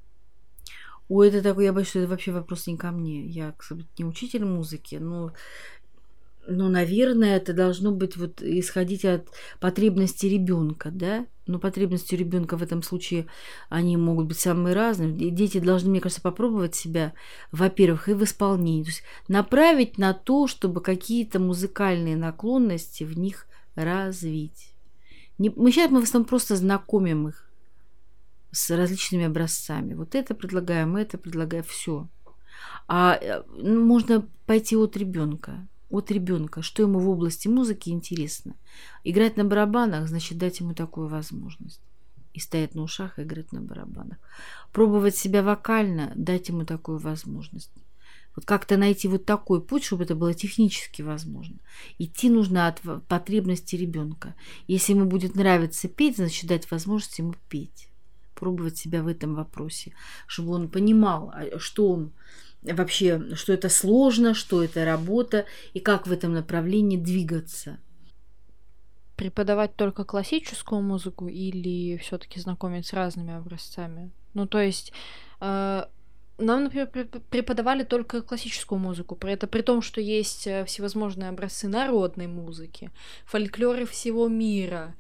Ой, это такой, я боюсь, что это вообще вопрос не ко мне. Я, кстати, не учитель музыки, но, наверное, это должно быть вот исходить от потребностей ребенка, да? Но потребности ребенка в этом случае, они могут быть самые разные. И дети должны, мне кажется, попробовать себя, во-первых, и в исполнении. То есть направить на то, чтобы какие-то музыкальные наклонности в них развить. Мы в основном просто знакомим их с различными образцами. Вот это предлагаем, все. А можно пойти от ребенка, что ему в области музыки интересно. Играть на барабанах, значит, дать ему такую возможность. И стоять на ушах и играть на барабанах. Пробовать себя вокально, дать ему такую возможность. Вот как-то найти вот такой путь, чтобы это было технически возможно. Идти нужно от потребностей ребенка. Если ему будет нравиться петь, значит, дать возможность ему петь. Пробовать себя в этом вопросе, чтобы он понимал, что он вообще, что это сложно, что это работа, и как в этом направлении двигаться. Преподавать только классическую музыку или все-таки знакомить с разными образцами? Ну, то есть нам, например, преподавали только классическую музыку, при том, что есть всевозможные образцы народной музыки, фольклоры всего мира,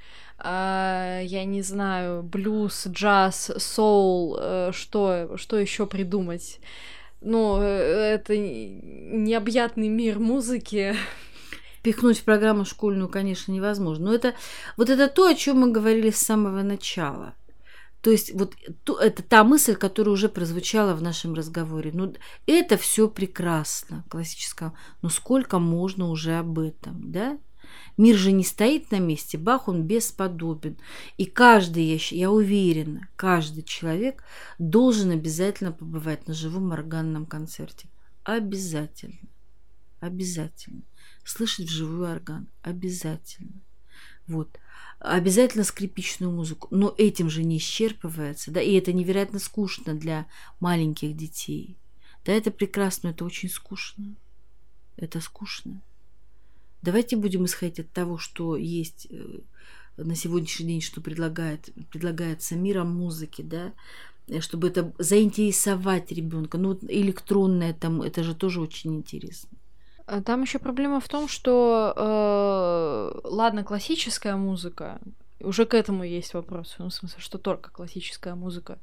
я не знаю, блюз, джаз, соул, что еще придумать? Ну, это необъятный мир музыки. Впихнуть в программу школьную, конечно, невозможно. Но это то, о чем мы говорили с самого начала. То есть вот это та мысль, которая уже прозвучала в нашем разговоре. Ну, это все прекрасно, классическое. Но сколько можно уже об этом, да? Мир же не стоит на месте, Бах, он бесподобен. И каждый, я уверена, каждый человек должен обязательно побывать на живом органном концерте. Обязательно. Обязательно. Слышать вживую орган. Обязательно. Вот. Обязательно скрипичную музыку. Но этим же не исчерпывается. Да? И это невероятно скучно для маленьких детей. Да, это прекрасно, это очень скучно. Это скучно. Давайте будем исходить от того, что есть на сегодняшний день, что предлагается миром музыки, да, чтобы это заинтересовать ребенка. Ну, электронное там, это же тоже очень интересно. Там еще проблема в том, что, ладно, классическая музыка, Уже к этому есть вопрос. Ну, в смысле, что только классическая музыка.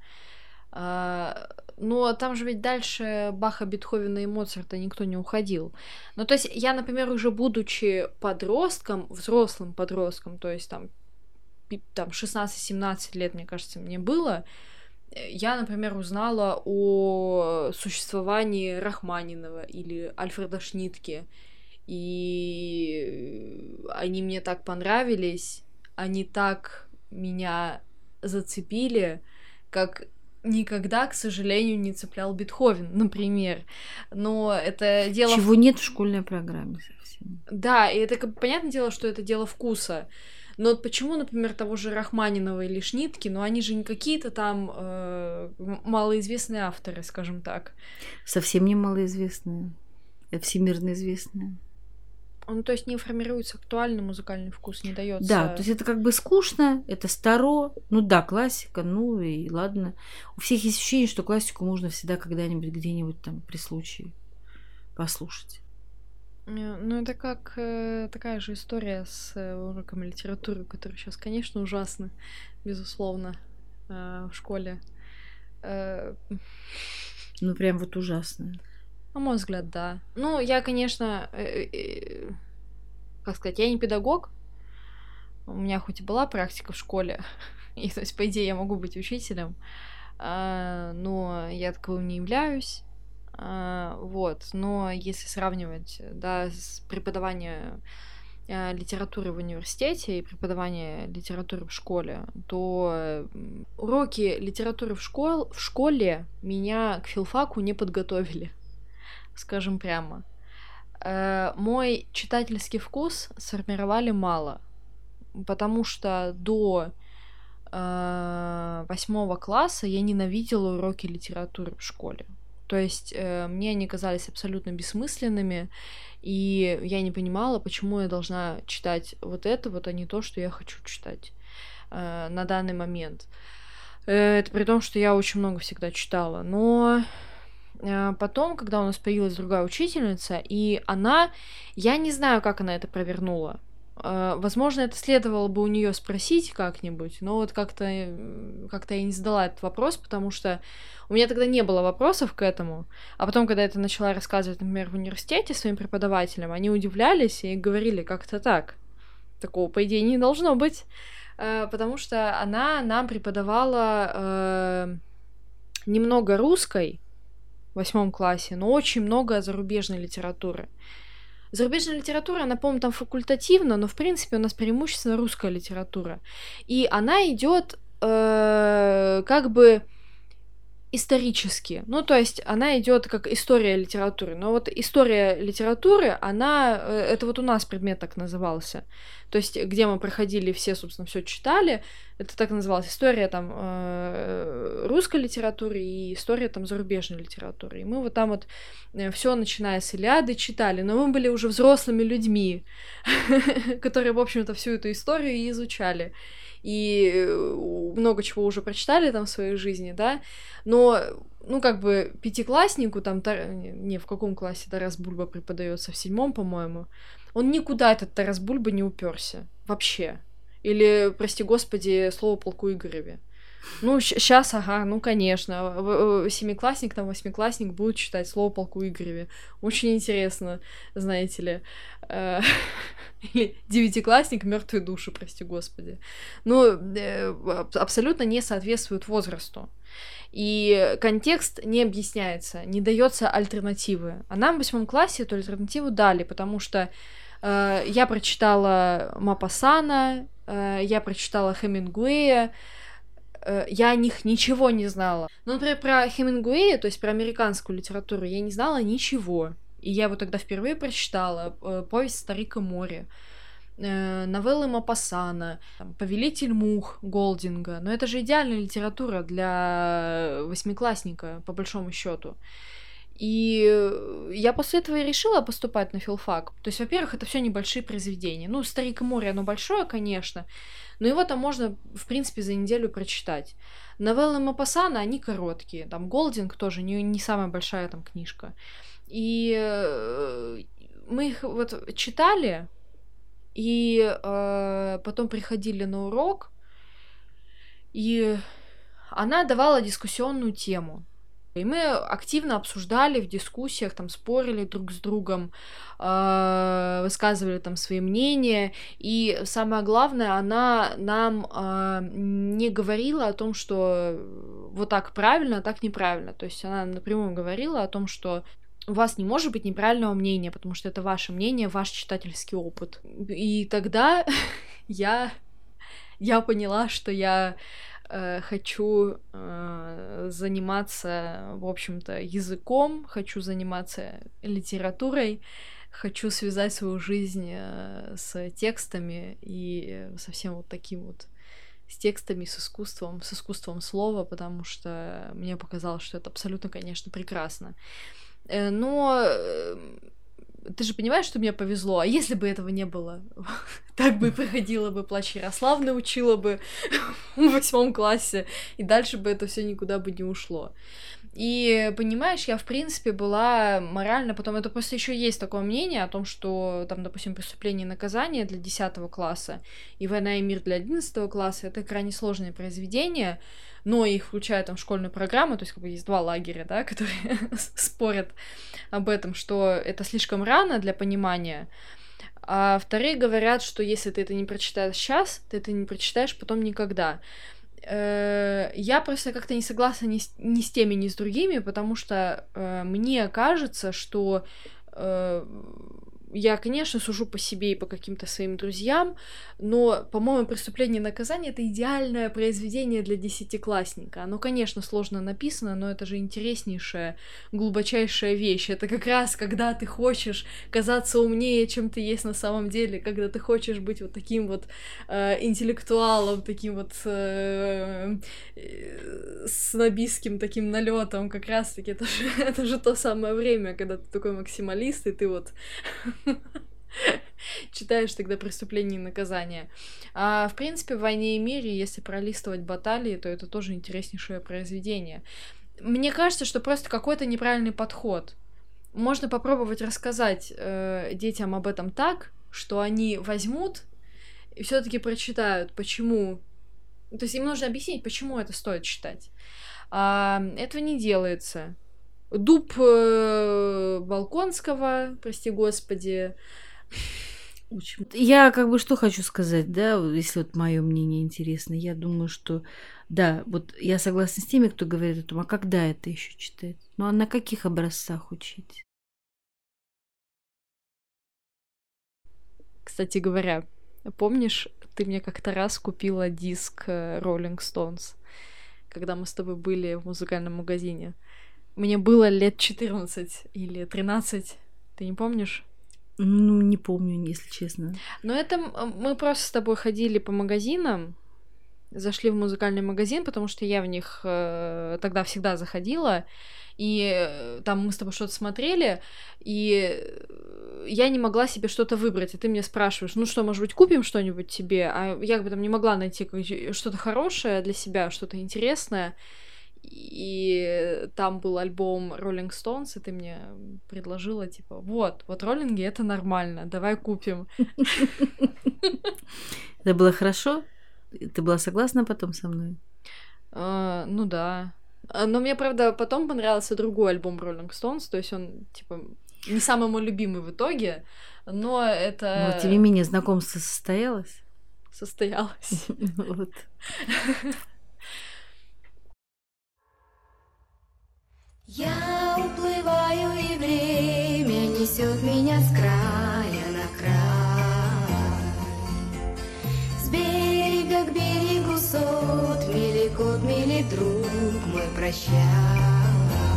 Но там же ведь дальше Баха, Бетховена и Моцарта никто не уходил. Ну, то есть я, например, уже будучи подростком, взрослым подростком, то есть там 16-17 лет, мне кажется, мне было, я, например, узнала о существовании Рахманинова или Альфреда Шнитке, и они мне так понравились, они так меня зацепили, как никогда, к сожалению, не цеплял Бетховен, например. Но это дело... Чего нет в школьной программе совсем. Да, и это понятное дело, что это дело вкуса. Но вот почему, например, того же Рахманинова или Шнитки, но они же не какие-то там малоизвестные авторы, скажем так. Совсем не малоизвестные, всемирно известные. Ну, то есть не формируется актуальный музыкальный вкус, не дается. Да, то есть это как бы скучно, это старо, ну да, классика, ну и ладно. У всех есть ощущение, что классику можно всегда когда-нибудь, где-нибудь там при случае послушать. Ну, это как такая же история с уроками литературы, которые сейчас, конечно, ужасны, безусловно, в школе. Ну, прям вот ужасно. На мой взгляд, да. Ну, я, конечно, как сказать, я не педагог. У меня хоть и была практика в школе, и, то есть, по идее, я могу быть учителем, но я таковым не являюсь. Вот. Но если сравнивать, да, с преподаванием литературы в университете и преподавание литературы в школе, то уроки литературы в школе меня к филфаку не подготовили. Скажем прямо. Мой читательский вкус сформировали мало, потому что до 8 класса я ненавидела уроки литературы в школе. То есть мне они казались абсолютно бессмысленными, и я не понимала, почему я должна читать вот это, вот, а не то, что я хочу читать на данный момент. Это при том, что я очень много всегда читала, но... Потом, когда у нас появилась другая учительница, и она, я не знаю, как она это провернула. Возможно, это следовало бы у нее спросить как-нибудь, но вот как-то я не задала этот вопрос, потому что у меня тогда не было вопросов к этому. А потом, когда я это начала рассказывать, например, в университете своим преподавателям, они удивлялись и говорили, как-то так. Такого, по идее, не должно быть. Потому что она нам преподавала немного русской, в 8 классе, но очень много зарубежной литературы. Зарубежная литература, она, по-моему, там факультативна, но, в принципе, у нас преимущественно русская литература. И она идет как бы исторически. Ну, то есть она идет как история литературы. Но вот история литературы, она... Это вот у нас предмет так назывался. То есть где мы проходили все, собственно, все читали. Это так называлось. История там русской литературы и история там зарубежной литературы. И мы вот там вот все, начиная с Илиады, читали. Но мы были уже взрослыми людьми, которые, в общем-то, всю эту историю и изучали. И много чего уже прочитали там в своей жизни, да, но, ну, как бы, пятикласснику там, не, в каком классе Тарас Бульба преподается, в 7, по-моему, он никуда, этот Тарас Бульба, не уперся, вообще. Или, прости господи, слово полку Игореве. Ну, сейчас, ага, ну, конечно, 7-классник, там, 8-классник будут читать слово полку Игореве. Очень интересно, знаете ли. Или 9-классник мертвые души, прости господи. Ну, абсолютно не соответствует возрасту. И контекст не объясняется, не дается альтернативы. А нам в 8 классе эту альтернативу дали, потому что я прочитала Мопассана, я прочитала Хемингуэя, я о них ничего не знала. Ну, например, про Хемингуэя, то есть про американскую литературу, я не знала ничего. И я его тогда впервые прочитала. Повесть «Старик и море», новеллы Мопассана, «Повелитель мух» Голдинга. Но это же идеальная литература для 8-классника, по большому счету. И я после этого и решила поступать на филфак. То есть, во-первых, это все небольшие произведения. Ну, «Старик и море», оно большое, конечно, но его там можно, в принципе, за неделю прочитать. Новеллы Мопассана, они короткие. Там «Голдинг» тоже не самая большая там книжка. И мы их вот читали, И потом приходили на урок, и она давала дискуссионную тему. И мы активно обсуждали в дискуссиях, там спорили друг с другом, высказывали там свои мнения. И самое главное, она нам не говорила о том, что вот так правильно, а так неправильно. То есть она напрямую говорила о том, что у вас не может быть неправильного мнения, потому что это ваше мнение, ваш читательский опыт. И тогда я поняла, что я хочу заниматься, в общем-то, языком, хочу заниматься литературой, хочу связать свою жизнь с текстами и со всем вот таким вот, с текстами, с искусством слова, потому что мне показалось, что это абсолютно, конечно, прекрасно. Но ты же понимаешь, что мне повезло, а если бы этого не было, так бы проходила бы «Плач Ярославны», учила бы в 8 классе, и дальше бы это все никуда бы не ушло. И, понимаешь, я, в принципе, была морально потом... Это просто еще есть такое мнение о том, что, там, допустим, «Преступление и наказание» для 10 класса и «Война и мир» для 11 класса — это крайне сложные произведения, но их включают там в школьную программу, то есть как бы есть 2 лагеря, да, которые спорят об этом, что это слишком рано для понимания, а вторые говорят, что если ты это не прочитаешь сейчас, ты это не прочитаешь потом никогда. Я просто как-то не согласна ни с теми, ни с другими, потому что мне кажется, что я, конечно, сужу по себе и по каким-то своим друзьям, но, по-моему, «Преступление и наказание» — это идеальное произведение для 10-классника. Оно, конечно, сложно написано, но это же интереснейшая, глубочайшая вещь. Это как раз, когда ты хочешь казаться умнее, чем ты есть на самом деле, когда ты хочешь быть вот таким вот интеллектуалом, таким вот снобистским таким налетом, как раз-таки это же то самое время, когда ты такой максималист, и ты вот читаешь тогда «Преступление и наказание». А в принципе, в «Войне и мире», если пролистывать баталии, то это тоже интереснейшее произведение. Мне кажется, что просто какой-то неправильный подход. Можно попробовать рассказать детям об этом так, что они возьмут и все-таки прочитают, почему. То есть им нужно объяснить, почему это стоит читать. А этого не делается. «Дуб» Болконского, прости господи. Я как бы что хочу сказать, да, если вот мое мнение интересно. Я думаю, что да, вот я согласна с теми, кто говорит о том, а когда это еще читать? Ну а на каких образцах учить? Кстати говоря, помнишь, ты мне как-то раз купила диск Rolling Stones, когда мы с тобой были в музыкальном магазине? Мне было лет 14 или 13, ты не помнишь? Ну, не помню, если честно. Но это мы просто с тобой ходили по магазинам, зашли в музыкальный магазин, потому что я в них тогда всегда заходила, и там мы с тобой что-то смотрели, и я не могла себе что-то выбрать, и ты мне спрашиваешь, ну что, может быть, купим что-нибудь тебе? А я как бы там не могла найти что-то хорошее для себя, что-то интересное. И там был альбом Rolling Stones, и ты мне предложила, типа, вот роллинги — это нормально, давай купим. Это было хорошо? Ты была согласна потом со мной? Ну да. Но мне, правда, потом понравился другой альбом Rolling Stones, то есть он, типа, не самый мой любимый в итоге, но это... Но, тем не менее, знакомство состоялось? Состоялось. Вот. Я уплываю, и время несет меня с края на край. С берега к берегу сот мили, кот мили, друг мой, прощай.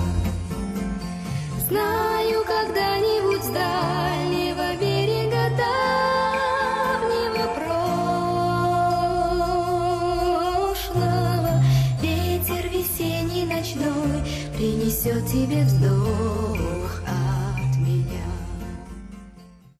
Знаю, когда-нибудь с дальнего берега давнего прошлого ветер весенний ночной принесет тебе вздох.